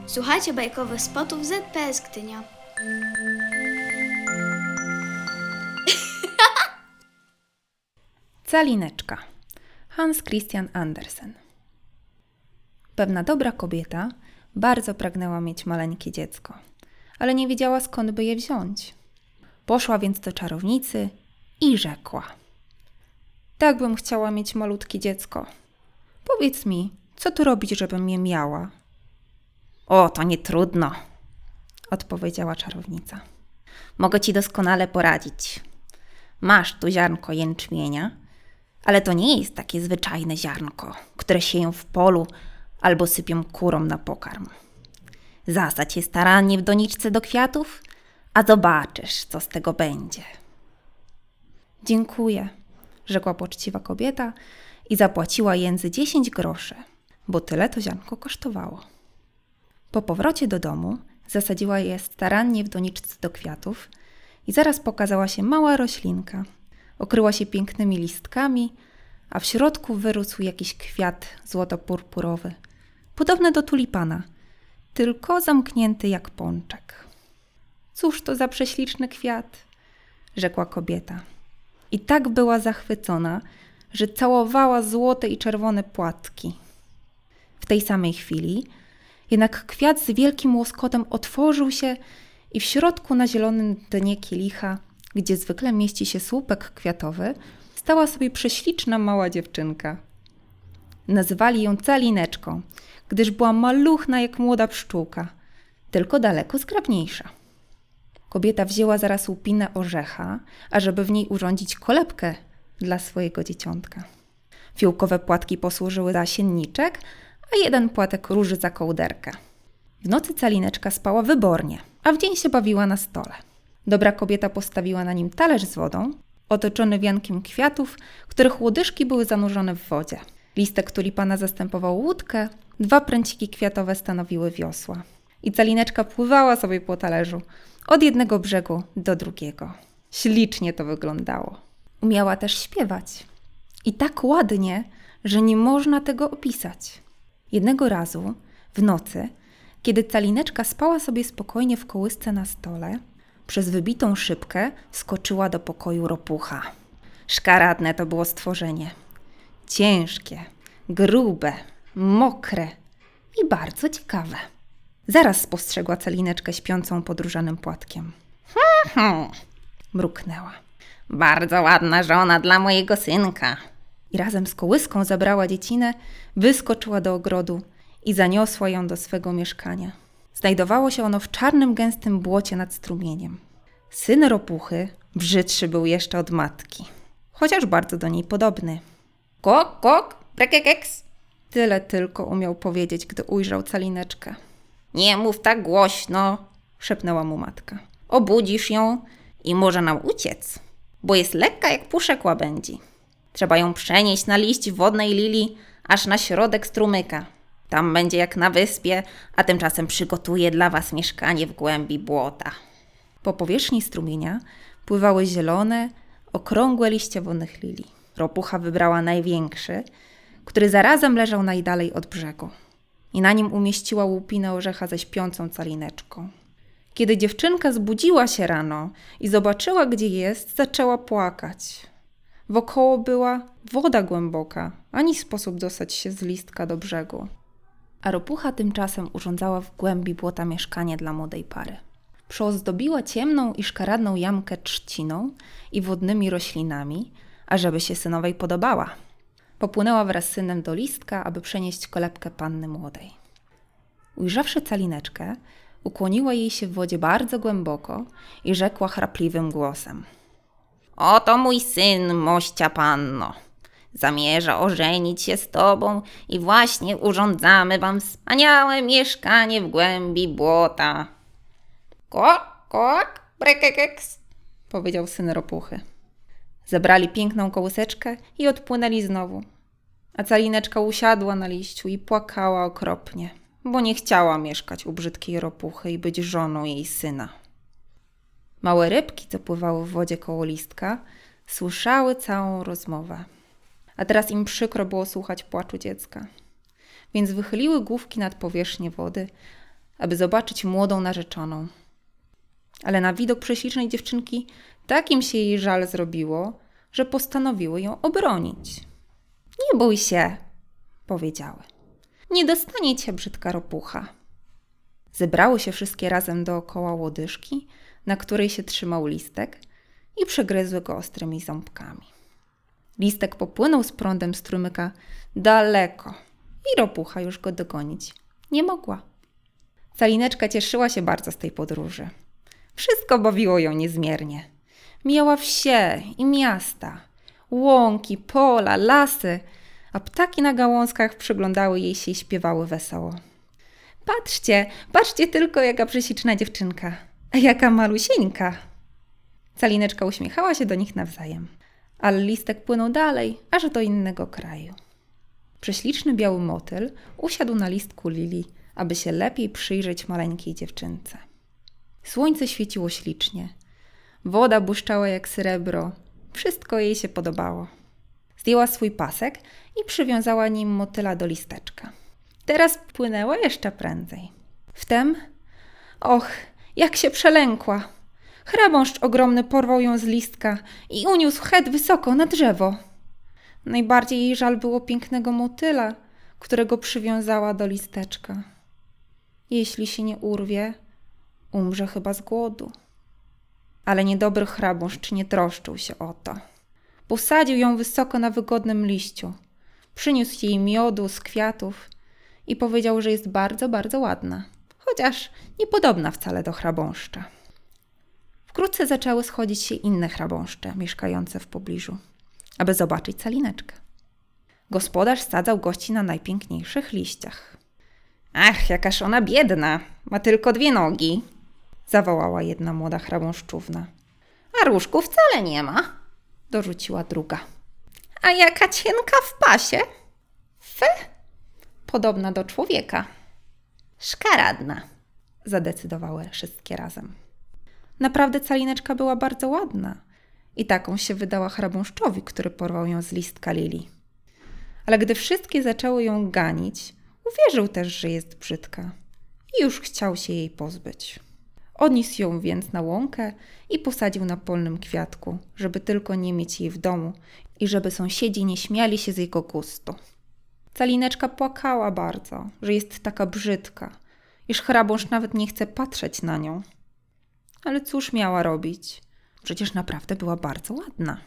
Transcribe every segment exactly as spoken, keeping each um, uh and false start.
Słuchajcie bajkowych spotów Z P S Gdynia. Calineczka. Hans Christian Andersen. Pewna dobra kobieta bardzo pragnęła mieć maleńkie dziecko, ale nie wiedziała, skąd by je wziąć. Poszła więc do czarownicy i rzekła: tak bym chciała mieć malutkie dziecko. Powiedz mi, co tu robić, żebym je miała? O, to nie trudno, odpowiedziała czarownica. Mogę ci doskonale poradzić. Masz tu ziarnko jęczmienia, ale to nie jest takie zwyczajne ziarnko, które sieją w polu albo sypią kurom na pokarm. Zasadź je starannie w doniczce do kwiatów, a zobaczysz, co z tego będzie. Dziękuję, rzekła poczciwa kobieta i zapłaciła jędzy dziesięć groszy, bo tyle to ziarnko kosztowało. Po powrocie do domu zasadziła je starannie w doniczce do kwiatów i zaraz pokazała się mała roślinka. Okryła się pięknymi listkami, a w środku wyrósł jakiś kwiat złoto-purpurowy, podobny do tulipana, tylko zamknięty jak pączek. Cóż to za prześliczny kwiat, rzekła kobieta. I tak była zachwycona, że całowała złote i czerwone płatki. W tej samej chwili jednak kwiat z wielkim łoskotem otworzył się i w środku na zielonym dnie kielicha, gdzie zwykle mieści się słupek kwiatowy, stała sobie prześliczna mała dziewczynka. Nazywali ją Calineczką, gdyż była maluchna jak młoda pszczółka, tylko daleko zgrabniejsza. Kobieta wzięła zaraz łupinę orzecha, ażeby w niej urządzić kolebkę dla swojego dzieciątka. Fiołkowe płatki posłużyły za sienniczek, a jeden płatek róży za kołderkę. W nocy Calineczka spała wybornie, a w dzień się bawiła na stole. Dobra kobieta postawiła na nim talerz z wodą, otoczony wiankiem kwiatów, których łodyżki były zanurzone w wodzie. Listek tulipana zastępował łódkę, dwa pręciki kwiatowe stanowiły wiosła. I Calineczka pływała sobie po talerzu, od jednego brzegu do drugiego. Ślicznie to wyglądało. Umiała też śpiewać. I tak ładnie, że nie można tego opisać. Jednego razu, w nocy, kiedy Calineczka spała sobie spokojnie w kołysce na stole, przez wybitą szybkę skoczyła do pokoju ropucha. Szkaradne to było stworzenie. Ciężkie, grube, mokre i bardzo ciekawe. Zaraz spostrzegła Calineczkę śpiącą pod różanym płatkiem. Hmm, hmm, mruknęła. Bardzo ładna żona dla mojego synka. I razem z kołyską zabrała dziecinę, wyskoczyła do ogrodu i zaniosła ją do swego mieszkania. Znajdowało się ono w czarnym, gęstym błocie nad strumieniem. Syn ropuchy brzydszy był jeszcze od matki, chociaż bardzo do niej podobny. Kok, kok, brekekeks. Tyle tylko umiał powiedzieć, gdy ujrzał Calineczkę. Nie mów tak głośno, szepnęła mu matka. Obudzisz ją i może nam uciec, bo jest lekka jak puszek łabędzi. Trzeba ją przenieść na liść wodnej lilii aż na środek strumyka. Tam będzie jak na wyspie, a tymczasem przygotuję dla was mieszkanie w głębi błota. Po powierzchni strumienia pływały zielone, okrągłe liście wodnych lilii. Ropucha wybrała największy, który zarazem leżał najdalej od brzegu. I na nim umieściła łupinę orzecha ze śpiącą Calineczką. Kiedy dziewczynka zbudziła się rano i zobaczyła, gdzie jest, zaczęła płakać. Wokoło była woda głęboka, ani sposób dostać się z listka do brzegu. A ropucha tymczasem urządzała w głębi błota mieszkanie dla młodej pary. Przyozdobiła ciemną i szkaradną jamkę trzciną i wodnymi roślinami, ażeby się synowej podobała. Popłynęła wraz z synem do listka, aby przenieść kolebkę panny młodej. Ujrzawszy Calineczkę, ukłoniła jej się w wodzie bardzo głęboko i rzekła chrapliwym głosem. Oto mój syn, mościa panno. Zamierza ożenić się z tobą i właśnie urządzamy wam wspaniałe mieszkanie w głębi błota. Kok, kok, brekekeks, powiedział syn ropuchy. Zebrali piękną kołyseczkę i odpłynęli znowu. A Calineczka usiadła na liściu i płakała okropnie, bo nie chciała mieszkać u brzydkiej ropuchy i być żoną jej syna. Małe rybki, co pływały w wodzie koło listka, słyszały całą rozmowę. A teraz im przykro było słuchać płaczu dziecka. Więc wychyliły główki nad powierzchnię wody, aby zobaczyć młodą narzeczoną. Ale na widok prześlicznej dziewczynki tak im się jej żal zrobiło, że postanowiły ją obronić. Nie bój się, powiedziały. Nie dostanie cię brzydka ropucha. Zebrały się wszystkie razem dookoła łodyżki, na której się trzymał listek i przegryzły go ostrymi ząbkami. Listek popłynął z prądem strumyka daleko i ropucha już go dogonić nie mogła. Calineczka cieszyła się bardzo z tej podróży. Wszystko bawiło ją niezmiernie. Mijała wsie i miasta, łąki, pola, lasy, a ptaki na gałązkach przyglądały jej się i śpiewały wesoło. Patrzcie, patrzcie tylko, jaka prześliczna dziewczynka, a jaka malusieńka. Calineczka uśmiechała się do nich nawzajem, ale listek płynął dalej, aż do innego kraju. Prześliczny biały motyl usiadł na listku lilii, aby się lepiej przyjrzeć maleńkiej dziewczynce. Słońce świeciło ślicznie. Woda błyszczała jak srebro. Wszystko jej się podobało. Zdjęła swój pasek i przywiązała nim motyla do listeczka. Teraz płynęła jeszcze prędzej. Wtem, och, jak się przelękła. Chrabąszcz ogromny porwał ją z listka i uniósł het wysoko na drzewo. Najbardziej jej żal było pięknego motyla, którego przywiązała do listeczka. Jeśli się nie urwie, umrze chyba z głodu. Ale niedobry chrabąszcz nie troszczył się o to. Posadził ją wysoko na wygodnym liściu. Przyniósł jej miodu z kwiatów i powiedział, że jest bardzo, bardzo ładna, chociaż niepodobna wcale do chrabąszcza. Wkrótce zaczęły schodzić się inne chrabąszcze mieszkające w pobliżu, aby zobaczyć Calineczkę. Gospodarz sadzał gości na najpiękniejszych liściach. Ach, jakaż ona biedna, ma tylko dwie nogi, zawołała jedna młoda chrabąszczówna. A różku wcale nie ma, dorzuciła druga. A jaka cienka w pasie? Fe, podobna do człowieka. Szkaradna, zadecydowały wszystkie razem. Naprawdę Calineczka była bardzo ładna i taką się wydała chrabąszczowi, który porwał ją z listka lilii. Ale gdy wszystkie zaczęły ją ganić, uwierzył też, że jest brzydka i już chciał się jej pozbyć. Odniósł ją więc na łąkę i posadził na polnym kwiatku, żeby tylko nie mieć jej w domu i żeby sąsiedzi nie śmiali się z jego gustu. Calineczka płakała bardzo, że jest taka brzydka, iż chrabąszcz nawet nie chce patrzeć na nią. Ale cóż miała robić? Przecież naprawdę była bardzo ładna.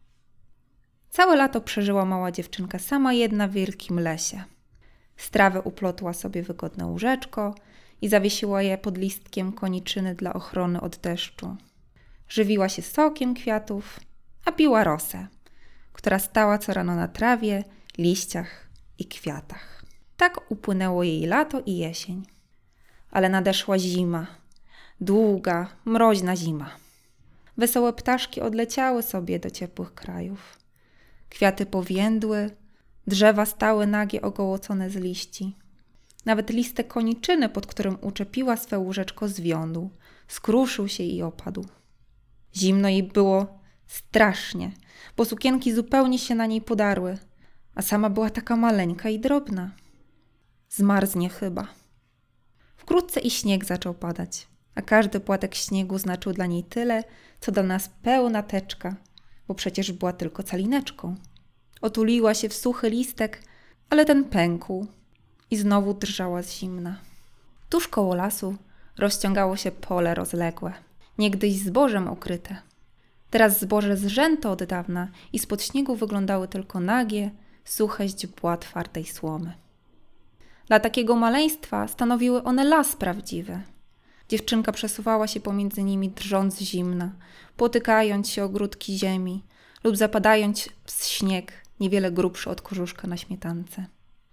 Całe lato przeżyła mała dziewczynka sama jedna w wielkim lesie. Z trawy uplotła sobie wygodne łóżeczko i zawiesiła je pod listkiem koniczyny dla ochrony od deszczu. Żywiła się sokiem kwiatów, a piła rosę, która stała co rano na trawie, liściach i kwiatach. Tak upłynęło jej lato i jesień. Ale nadeszła zima. Długa, mroźna zima. Wesołe ptaszki odleciały sobie do ciepłych krajów. Kwiaty powiędły, drzewa stały nagie ogołocone z liści. Nawet listek koniczyny, pod którym uczepiła swe łóżeczko, zwiądł, skruszył się i opadł. Zimno jej było strasznie, bo sukienki zupełnie się na niej podarły, a sama była taka maleńka i drobna. Zmarznie chyba. Wkrótce i śnieg zaczął padać, a każdy płatek śniegu znaczył dla niej tyle, co dla nas pełna teczka, bo przecież była tylko Calineczką. Otuliła się w suchy listek, ale ten pękł i znowu drżała z zimna. Tuż koło lasu rozciągało się pole rozległe, niegdyś zbożem okryte. Teraz zboże zrzęto od dawna i spod śniegu wyglądały tylko nagie, suche źdźbła twardej słomy. Dla takiego maleństwa stanowiły one las prawdziwy. Dziewczynka przesuwała się pomiędzy nimi, drżąc z zimna, potykając się o grudki ziemi lub zapadając w śnieg, niewiele grubszy od korzuszka na śmietance.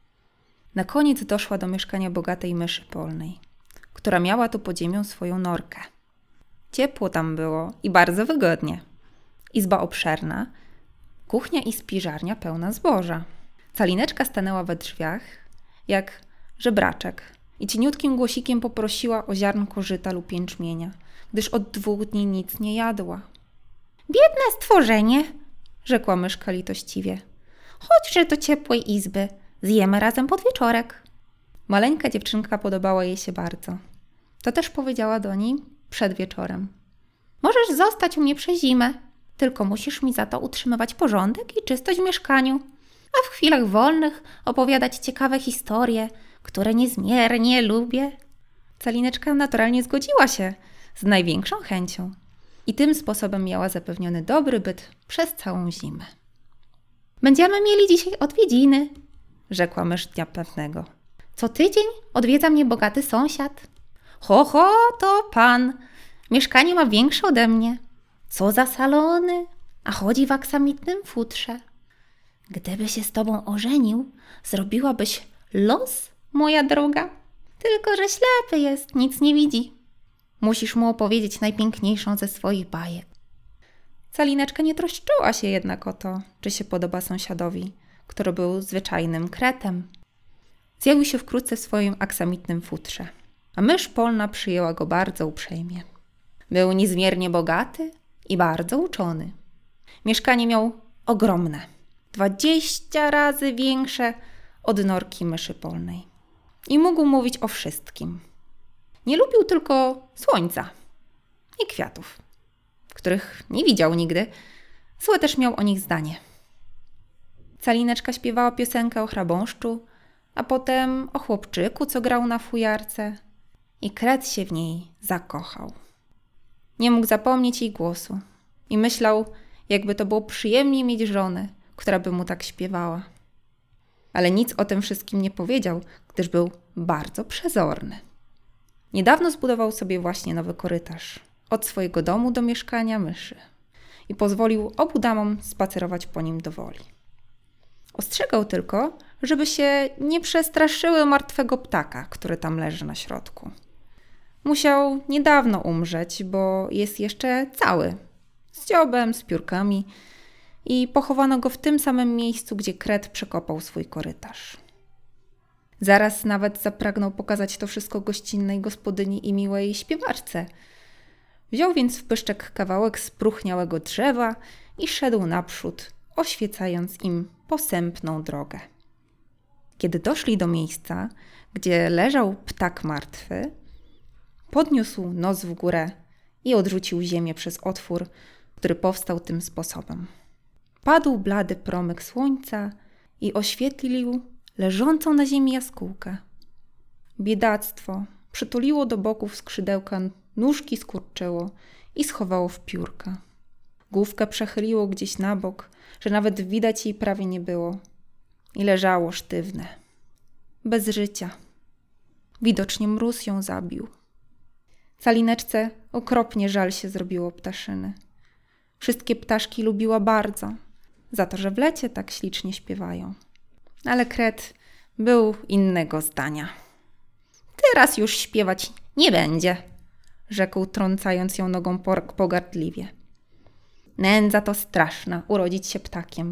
Na koniec doszła do mieszkania bogatej myszy polnej, która miała tu pod ziemią swoją norkę. Ciepło tam było i bardzo wygodnie. Izba obszerna, kuchnia i spiżarnia pełna zboża. Calineczka stanęła we drzwiach, jak żebraczek, i cieniutkim głosikiem poprosiła o ziarnko żyta lub jęczmienia, gdyż od dwóch dni nic nie jadła. Biedne stworzenie, rzekła myszka litościwie. Chodźże do ciepłej izby, zjemy razem pod wieczorek. Maleńka dziewczynka podobała jej się bardzo To też powiedziała do niej przed wieczorem. Możesz zostać u mnie przez zimę, tylko musisz mi za to utrzymywać porządek i czystość w mieszkaniu, a w chwilach wolnych opowiadać ciekawe historie, które niezmiernie lubię. Calineczka naturalnie zgodziła się z największą chęcią i tym sposobem miała zapewniony dobry byt przez całą zimę. Będziemy mieli dzisiaj odwiedziny, rzekła mysz dnia pewnego. Co tydzień odwiedza mnie bogaty sąsiad. Ho, ho, to pan. Mieszkanie ma większe ode mnie. Co za salony, a chodzi w aksamitnym futrze. Gdyby się z tobą ożenił, zrobiłabyś los, moja droga. Tylko że ślepy jest, nic nie widzi. Musisz mu opowiedzieć najpiękniejszą ze swoich bajek. Calineczka nie troszczyła się jednak o to, czy się podoba sąsiadowi, który był zwyczajnym kretem. Zjawił się wkrótce w swoim aksamitnym futrze, a mysz polna przyjęła go bardzo uprzejmie. Był niezmiernie bogaty i bardzo uczony. Mieszkanie miał ogromne, dwadzieścia razy większe od norki myszy polnej. I mógł mówić o wszystkim. Nie lubił tylko słońca i kwiatów, których nie widział nigdy. Złe też miał o nich zdanie. Calineczka śpiewała piosenkę o chrabąszczu, a potem o chłopczyku, co grał na fujarce. I kret się w niej zakochał. Nie mógł zapomnieć jej głosu i myślał, jakby to było przyjemnie mieć żonę, która by mu tak śpiewała. Ale nic o tym wszystkim nie powiedział, gdyż był bardzo przezorny. Niedawno zbudował sobie właśnie nowy korytarz od swojego domu do mieszkania myszy i pozwolił obu damom spacerować po nim do woli. Ostrzegał tylko, żeby się nie przestraszyły martwego ptaka, który tam leży na środku. Musiał niedawno umrzeć, bo jest jeszcze cały, z dziobem, z piórkami i pochowano go w tym samym miejscu, gdzie kret przekopał swój korytarz. Zaraz nawet zapragnął pokazać to wszystko gościnnej gospodyni i miłej śpiewaczce. Wziął więc w pyszczek kawałek spróchniałego drzewa i szedł naprzód, oświecając im posępną drogę. Kiedy doszli do miejsca, gdzie leżał ptak martwy, podniósł nos w górę i odrzucił ziemię przez otwór, który powstał tym sposobem. Padł blady promyk słońca i oświetlił leżącą na ziemi jaskółkę. Biedactwo przytuliło do boków skrzydełka, nóżki skurczyło i schowało w piórka. Główkę przechyliło gdzieś na bok, że nawet widać jej prawie nie było. I leżało sztywne, bez życia. Widocznie mróz ją zabił. Calineczce okropnie żal się zrobiło ptaszyny. Wszystkie ptaszki lubiła bardzo, za to, że w lecie tak ślicznie śpiewają. Ale kret był innego zdania. Teraz już śpiewać nie będzie, rzekł, trącając ją nogą pogardliwie. Nędza to straszna, urodzić się ptakiem.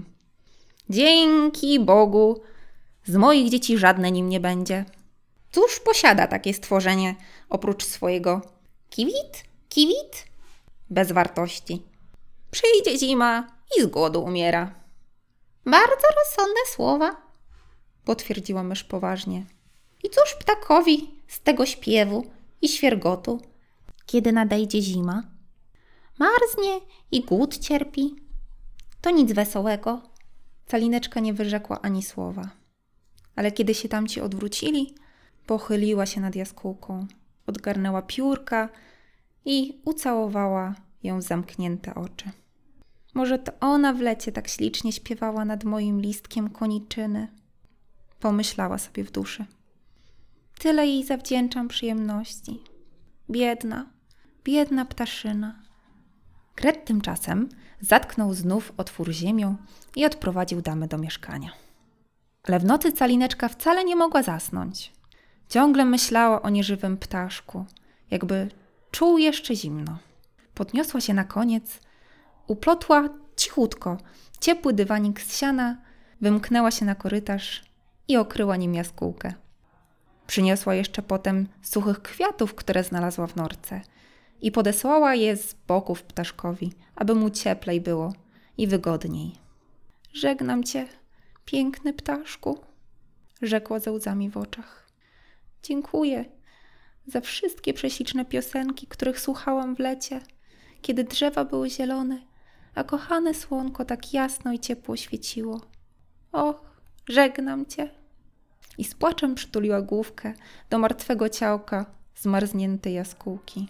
Dzięki Bogu, z moich dzieci żadne nim nie będzie. Cóż posiada takie stworzenie oprócz swojego kiwit, kiwit? Bez wartości. Przyjdzie zima i z głodu umiera. Bardzo rozsądne słowa, potwierdziła mysz poważnie. I cóż ptakowi z tego śpiewu i świergotu, kiedy nadejdzie zima? Marznie i głód cierpi. To nic wesołego. Calineczka nie wyrzekła ani słowa. Ale kiedy się tamci odwrócili, pochyliła się nad jaskółką, odgarnęła piórka i ucałowała ją w zamknięte oczy. Może to ona w lecie tak ślicznie śpiewała nad moim listkiem koniczyny, pomyślała sobie w duszy. Tyle jej zawdzięczam przyjemności. Biedna, biedna ptaszyna. Kret tymczasem zatknął znów otwór ziemią i odprowadził damę do mieszkania. Ale w nocy Calineczka wcale nie mogła zasnąć. Ciągle myślała o nieżywym ptaszku, jakby czuł jeszcze zimno. Podniosła się na koniec, uplotła cichutko ciepły dywanik z siana, wymknęła się na korytarz i okryła nim jaskółkę. Przyniosła jeszcze potem suchych kwiatów, które znalazła w norce i podesłała je z boków ptaszkowi, aby mu cieplej było i wygodniej. Żegnam cię, piękny ptaszku, rzekła ze łzami w oczach. Dziękuję za wszystkie prześliczne piosenki, których słuchałam w lecie, kiedy drzewa były zielone, a kochane słonko tak jasno i ciepło świeciło. Och, żegnam cię. I z płaczem przytuliła główkę do martwego ciałka zmarzniętej jaskółki.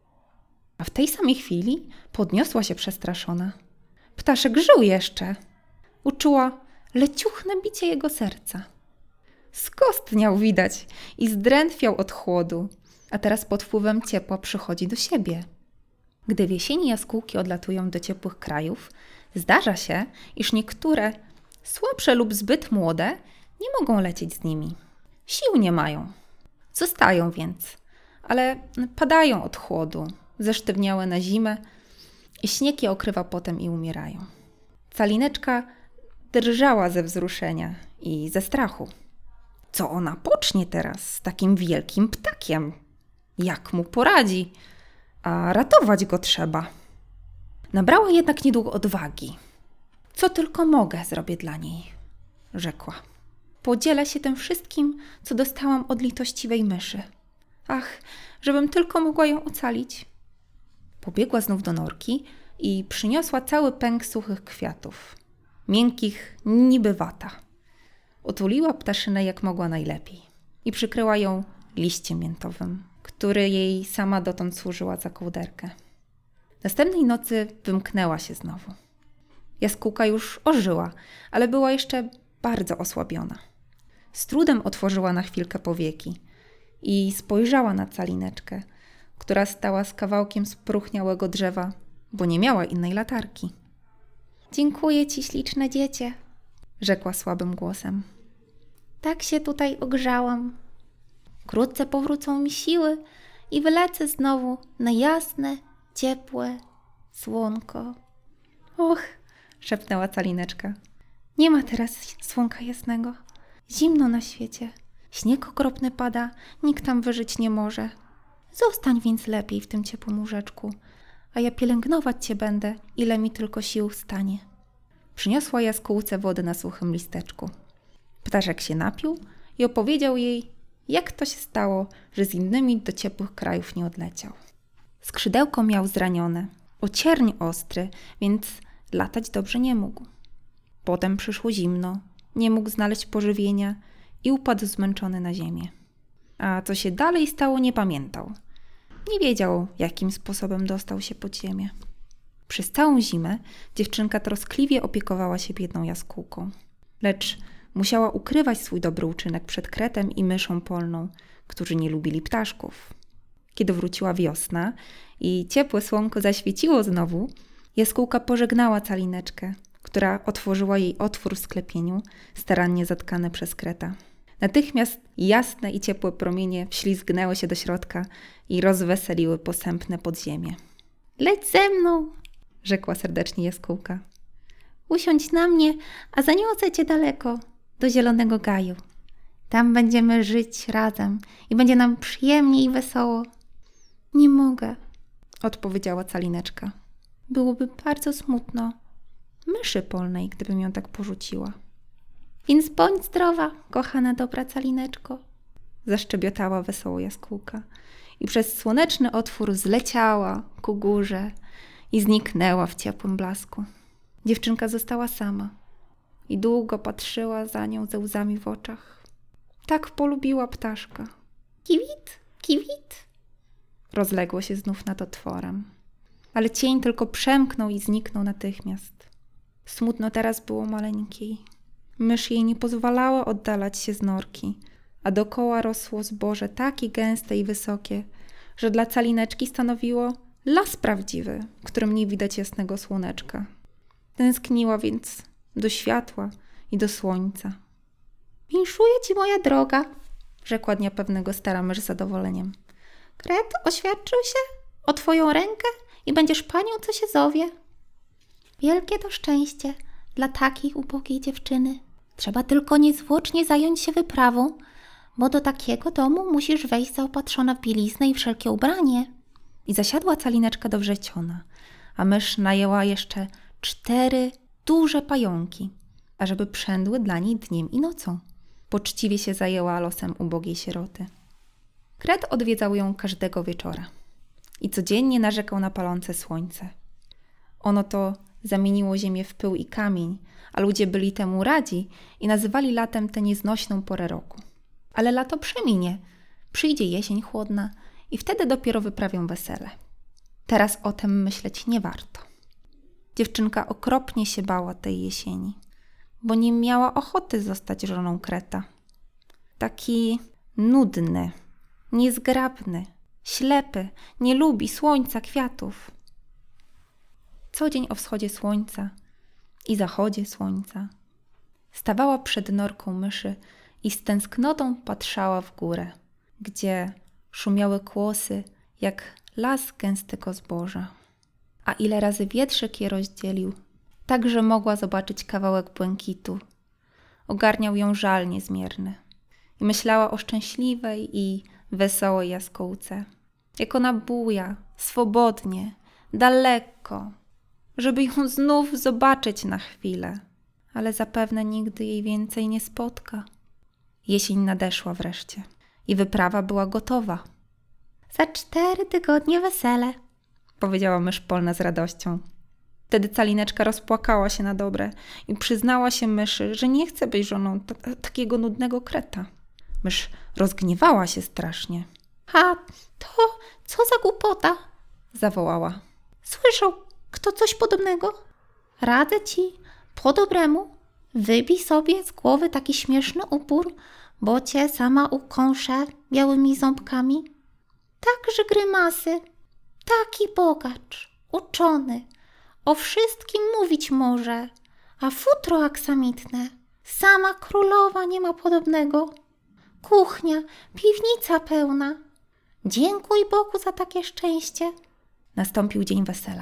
A w tej samej chwili podniosła się przestraszona. Ptaszek żył jeszcze. Uczuła leciuchne bicie jego serca. Skostniał widać i zdrętwiał od chłodu, a teraz pod wpływem ciepła przychodzi do siebie. Gdy w jesieni jaskółki odlatują do ciepłych krajów, zdarza się, iż niektóre, słabsze lub zbyt młode, nie mogą lecieć z nimi. Sił nie mają. Zostają więc, ale padają od chłodu, zesztywniałe na zimę i śnieg je okrywa potem i umierają. Calineczka drżała ze wzruszenia i ze strachu. Co ona pocznie teraz z takim wielkim ptakiem? Jak mu poradzi? A ratować go trzeba. Nabrała jednak niedługo odwagi. Co tylko mogę, zrobię dla niej, rzekła. Podzielę się tym wszystkim, co dostałam od litościwej myszy. Ach, żebym tylko mogła ją ocalić. Pobiegła znów do norki i przyniosła cały pęk suchych kwiatów. Miękkich, niby wata. Otuliła ptaszynę jak mogła najlepiej i przykryła ją liściem miętowym, który jej sama dotąd służyła za kołderkę. Następnej nocy wymknęła się znowu. Jaskółka już ożyła, ale była jeszcze bardzo osłabiona. Z trudem otworzyła na chwilkę powieki i spojrzała na Calineczkę, która stała z kawałkiem spróchniałego drzewa, bo nie miała innej latarki. Dziękuję ci, śliczne dziecię, rzekła słabym głosem. Tak się tutaj ogrzałam. Wkrótce powrócą mi siły i wylecę znowu na jasne, ciepłe słonko. Och, szepnęła Calineczka. Nie ma teraz słonka jasnego. Zimno na świecie. Śnieg okropny pada, nikt tam wyżyć nie może. Zostań więc lepiej w tym ciepłym łóżeczku, a ja pielęgnować cię będę, ile mi tylko sił stanie. Przyniosła jaskółce wody na suchym listeczku. Ptaszek się napił i opowiedział jej, jak to się stało, że z innymi do ciepłych krajów nie odleciał. Skrzydełko miał zranione, ocierń ostry, więc latać dobrze nie mógł. Potem przyszło zimno, nie mógł znaleźć pożywienia i upadł zmęczony na ziemię. A co się dalej stało, nie pamiętał. Nie wiedział, jakim sposobem dostał się pod ziemię. Przez całą zimę dziewczynka troskliwie opiekowała się biedną jaskółką. Lecz musiała ukrywać swój dobry uczynek przed kretem i myszą polną, którzy nie lubili ptaszków. Kiedy wróciła wiosna i ciepłe słonko zaświeciło znowu, jaskółka pożegnała Calineczkę, która otworzyła jej otwór w sklepieniu, starannie zatkany przez kreta. Natychmiast jasne i ciepłe promienie wślizgnęły się do środka i rozweseliły posępne podziemie. Leć ze mną, rzekła serdecznie jaskółka. Usiądź na mnie, a zaniosę cię daleko, do zielonego gaju. Tam będziemy żyć razem i będzie nam przyjemnie i wesoło. Nie mogę, odpowiedziała Calineczka. Byłoby bardzo smutno myszy polnej, gdybym ją tak porzuciła. Więc bądź zdrowa, kochana dobra Calineczko, zaszczebiotała wesoło jaskółka i przez słoneczny otwór zleciała ku górze i zniknęła w ciepłym blasku. Dziewczynka została sama i długo patrzyła za nią ze łzami w oczach. Tak polubiła ptaszka. Kiwit, kiwit, rozległo się znów nad otworem. Ale cień tylko przemknął i zniknął natychmiast. Smutno teraz było maleńkiej. Mysz jej nie pozwalała oddalać się z norki, a dokoła rosło zboże takie gęste i wysokie, że dla Calineczki stanowiło las prawdziwy, w którym nie widać jasnego słoneczka. Tęskniła więc do światła i do słońca. Winszuję ci, moja droga, rzekła dnia pewnego stara mysz z zadowoleniem. Kret oświadczył się o twoją rękę i będziesz panią, co się zowie. Wielkie to szczęście dla takiej ubogiej dziewczyny. Trzeba tylko niezwłocznie zająć się wyprawą, bo do takiego domu musisz wejść zaopatrzona w bieliznę i wszelkie ubranie. I zasiadła Calineczka do wrzeciona, a mysz najęła jeszcze cztery duże pająki, ażeby przędły dla niej dniem i nocą. Poczciwie się zajęła losem ubogiej sieroty. Kret odwiedzał ją każdego wieczora i codziennie narzekał na palące słońce. Ono to zamieniło ziemię w pył i kamień, a ludzie byli temu radzi i nazywali latem tę nieznośną porę roku. Ale lato przeminie, przyjdzie jesień chłodna i wtedy dopiero wyprawią wesele. Teraz o tym myśleć nie warto. Dziewczynka okropnie się bała tej jesieni, bo nie miała ochoty zostać żoną Kreta. Taki nudny, niezgrabny, ślepy, nie lubi słońca, kwiatów. Co dzień o wschodzie słońca i zachodzie słońca stawała przed norką myszy i z tęsknotą patrzała w górę, gdzie szumiały kłosy jak las gęstego zboża. A ile razy wietrzyk je rozdzielił, tak że mogła zobaczyć kawałek błękitu. Ogarniał ją żal niezmierny i myślała o szczęśliwej i wesołej jaskółce. Jak ona buja, swobodnie, daleko, żeby ją znów zobaczyć na chwilę, ale zapewne nigdy jej więcej nie spotka. Jesień nadeszła wreszcie i wyprawa była gotowa. Za cztery tygodnie wesele, powiedziała mysz polna z radością. Wtedy Calineczka rozpłakała się na dobre i przyznała się myszy, że nie chce być żoną t- takiego nudnego Kreta. Mysz rozgniewała się strasznie. A to co za głupota, zawołała. Słyszał kto coś podobnego? Radzę ci, po dobremu, wybij sobie z głowy taki śmieszny upór, bo cię sama ukąszę białymi ząbkami. Także grymasy, taki bogacz, uczony, o wszystkim mówić może, a futro aksamitne, sama królowa nie ma podobnego. Kuchnia, piwnica pełna. Dziękuj Bogu za takie szczęście. Nastąpił dzień wesela.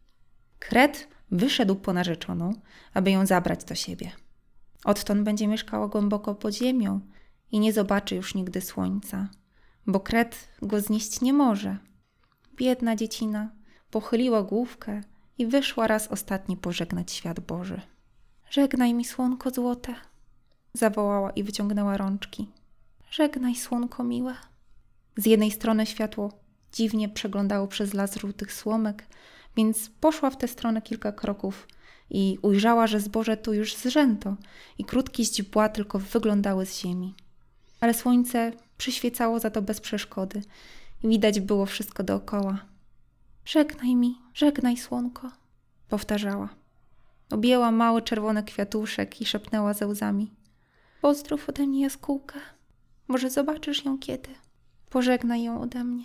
Kret wyszedł po narzeczoną, aby ją zabrać do siebie. Odtąd będzie mieszkała głęboko pod ziemią i nie zobaczy już nigdy słońca, bo Kret go znieść nie może. Biedna dziecina pochyliła główkę i wyszła raz ostatni pożegnać świat Boży. Żegnaj mi, słonko złote, zawołała i wyciągnęła rączki. Żegnaj, słonko miłe. Z jednej strony światło dziwnie przeglądało przez las żółtych słomek, więc poszła w tę stronę kilka kroków i ujrzała, że zboże tu już zrzęto i krótkie źdźbła tylko wyglądały z ziemi. Ale słońce przyświecało za to bez przeszkody i widać było wszystko dookoła. Żegnaj mi, żegnaj, słonko, powtarzała. Objęła mały czerwony kwiatuszek i szepnęła ze łzami. Pozdrów ode mnie jaskółkę. Może zobaczysz ją kiedy. Pożegnaj ją ode mnie.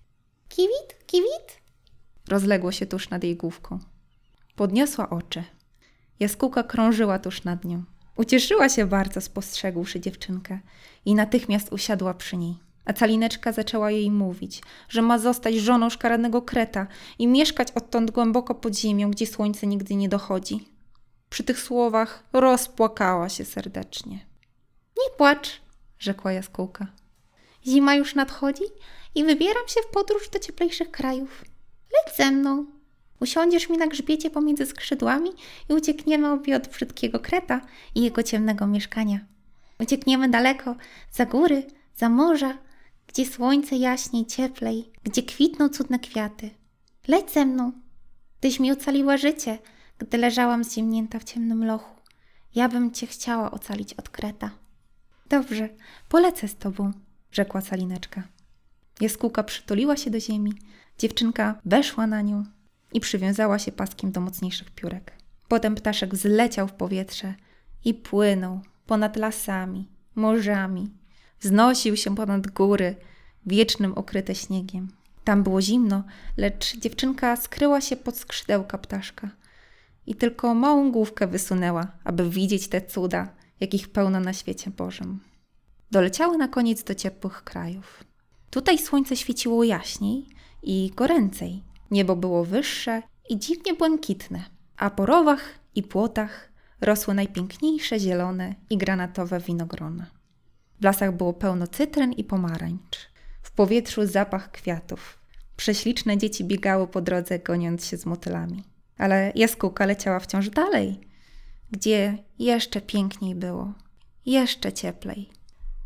Kiwit, kiwit? Rozległo się tuż nad jej główką. Podniosła oczy. Jaskółka krążyła tuż nad nią. Ucieszyła się bardzo, spostrzegłszy dziewczynkę i natychmiast usiadła przy niej. A Calineczka zaczęła jej mówić, że ma zostać żoną szkaradnego Kreta i mieszkać odtąd głęboko pod ziemią, gdzie słońce nigdy nie dochodzi. Przy tych słowach rozpłakała się serdecznie. Nie płacz, rzekła jaskółka. Zima już nadchodzi i wybieram się w podróż do cieplejszych krajów. Leć ze mną. Usiądziesz mi na grzbiecie pomiędzy skrzydłami i uciekniemy obie od brzydkiego Kreta i jego ciemnego mieszkania. Uciekniemy daleko, za góry, za morza, gdzie słońce jaśniej, cieplej, gdzie kwitną cudne kwiaty. Leć ze mną. Tyś mi ocaliła życie, gdy leżałam zziemnięta w ciemnym lochu. Ja bym cię chciała ocalić od Kreta. Dobrze, polecę z tobą, rzekła Calineczka. Jaskółka przytuliła się do ziemi, dziewczynka weszła na nią i przywiązała się paskiem do mocniejszych piórek. Potem ptaszek wzleciał w powietrze i płynął ponad lasami, morzami. Wznosił się ponad góry, wiecznym okryte śniegiem. Tam było zimno, lecz dziewczynka skryła się pod skrzydełka ptaszka i tylko małą główkę wysunęła, aby widzieć te cuda, jakich pełno na świecie Bożym. Doleciały na koniec do ciepłych krajów. Tutaj słońce świeciło jaśniej i goręcej. Niebo było wyższe i dziwnie błękitne, a po rowach i płotach rosły najpiękniejsze zielone i granatowe winogrona. W lasach było pełno cytryn i pomarańcz. W powietrzu zapach kwiatów. Prześliczne dzieci biegały po drodze, goniąc się z motylami. Ale jaskółka leciała wciąż dalej, gdzie jeszcze piękniej było, jeszcze cieplej.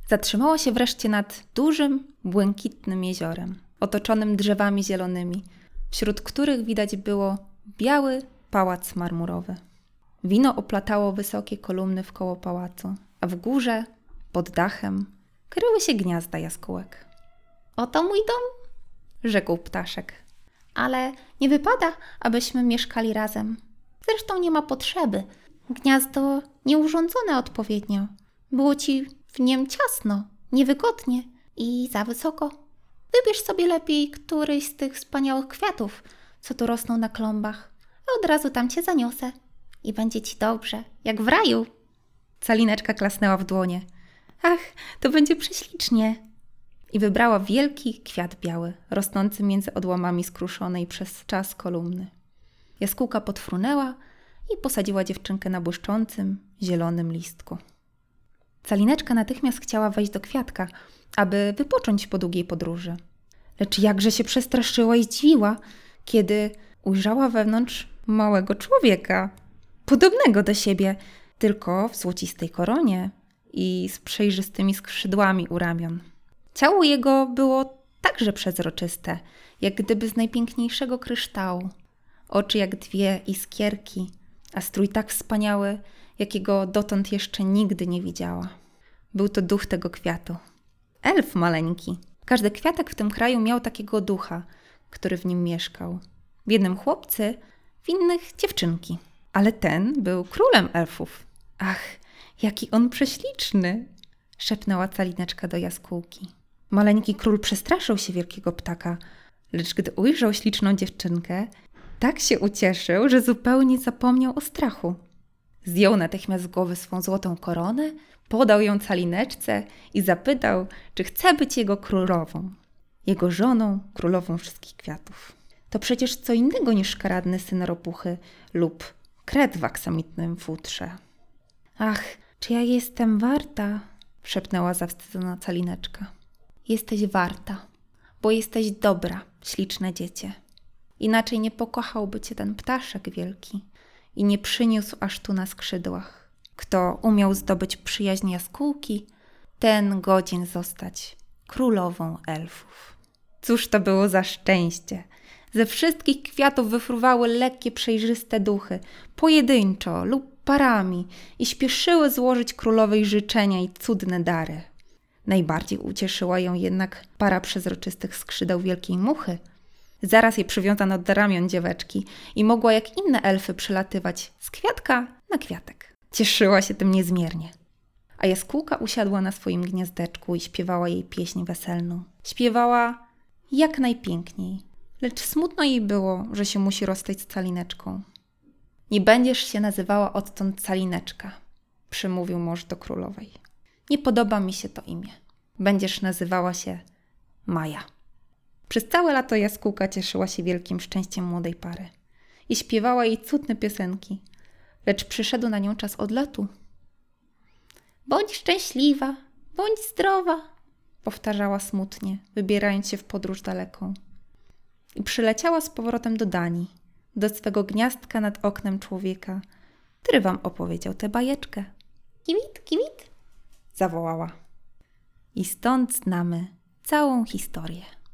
Zatrzymała się wreszcie nad dużym, błękitnym jeziorem, otoczonym drzewami zielonymi, wśród których widać było biały pałac marmurowy. Wino oplatało wysokie kolumny wkoło pałacu, a w górze, pod dachem, kryły się gniazda jaskółek. Oto mój dom, rzekł ptaszek. Ale nie wypada, abyśmy mieszkali razem. Zresztą nie ma potrzeby. Gniazdo nieurządzone odpowiednio. Było ci w niem ciasno, niewygodnie i za wysoko. Wybierz sobie lepiej któryś z tych wspaniałych kwiatów, co tu rosną na klombach, a od razu tam cię zaniosę. I będzie ci dobrze, jak w raju. Calineczka klasnęła w dłonie. Ach, to będzie prześlicznie. I wybrała wielki kwiat biały, rosnący między odłamami skruszonej przez czas kolumny. Jaskółka podfrunęła i posadziła dziewczynkę na błyszczącym, zielonym listku. Calineczka natychmiast chciała wejść do kwiatka, aby wypocząć po długiej podróży. Lecz jakże się przestraszyła i zdziwiła, kiedy ujrzała wewnątrz małego człowieka, podobnego do siebie, tylko w złocistej koronie i z przejrzystymi skrzydłami u ramion. Ciało jego było także przezroczyste, jak gdyby z najpiękniejszego kryształu. Oczy jak dwie iskierki, a strój tak wspaniały, jakiego dotąd jeszcze nigdy nie widziała. Był to duch tego kwiatu. Elf maleńki. Każdy kwiatek w tym kraju miał takiego ducha, który w nim mieszkał. W jednym chłopcy, w innych dziewczynki. Ale ten był królem elfów. Ach, jaki on prześliczny! Szepnęła Calineczka do jaskółki. Maleńki król przestraszył się wielkiego ptaka, lecz gdy ujrzał śliczną dziewczynkę, tak się ucieszył, że zupełnie zapomniał o strachu. Zdjął natychmiast z głowy swą złotą koronę, podał ją Calineczce i zapytał, czy chce być jego królową. Jego żoną, królową wszystkich kwiatów. To przecież co innego niż szkaradny syn ropuchy lub kret w aksamitnym futrze. Ach, czy ja jestem warta? Szepnęła zawstydzona Calineczka. Jesteś warta, bo jesteś dobra, śliczne dziecię. Inaczej nie pokochałby cię ten ptaszek wielki i nie przyniósł aż tu na skrzydłach. Kto umiał zdobyć przyjaźń jaskółki, ten godzien zostać królową elfów. Cóż to było za szczęście! Ze wszystkich kwiatów wyfruwały lekkie, przejrzyste duchy, pojedynczo lub parami i śpieszyły złożyć królowej życzenia i cudne dary. Najbardziej ucieszyła ją jednak para przezroczystych skrzydeł wielkiej muchy. Zaraz je przywiązano do ramion dzieweczki i mogła jak inne elfy przelatywać z kwiatka na kwiatek. Cieszyła się tym niezmiernie. A jaskółka usiadła na swoim gniazdeczku i śpiewała jej pieśń weselną. Śpiewała jak najpiękniej, lecz smutno jej było, że się musi rozstać z Calineczką. Nie będziesz się nazywała odtąd Calineczka, przymówił mąż do królowej. Nie podoba mi się to imię. Będziesz nazywała się Maja. Przez całe lato jaskółka cieszyła się wielkim szczęściem młodej pary i śpiewała jej cudne piosenki, lecz przyszedł na nią czas odlotu. Bądź szczęśliwa, bądź zdrowa, powtarzała smutnie, wybierając się w podróż daleką. I przyleciała z powrotem do Danii, do swego gniazdka nad oknem człowieka, który wam opowiedział tę bajeczkę. Kiwit, kiwit, zawołała. I stąd znamy całą historię.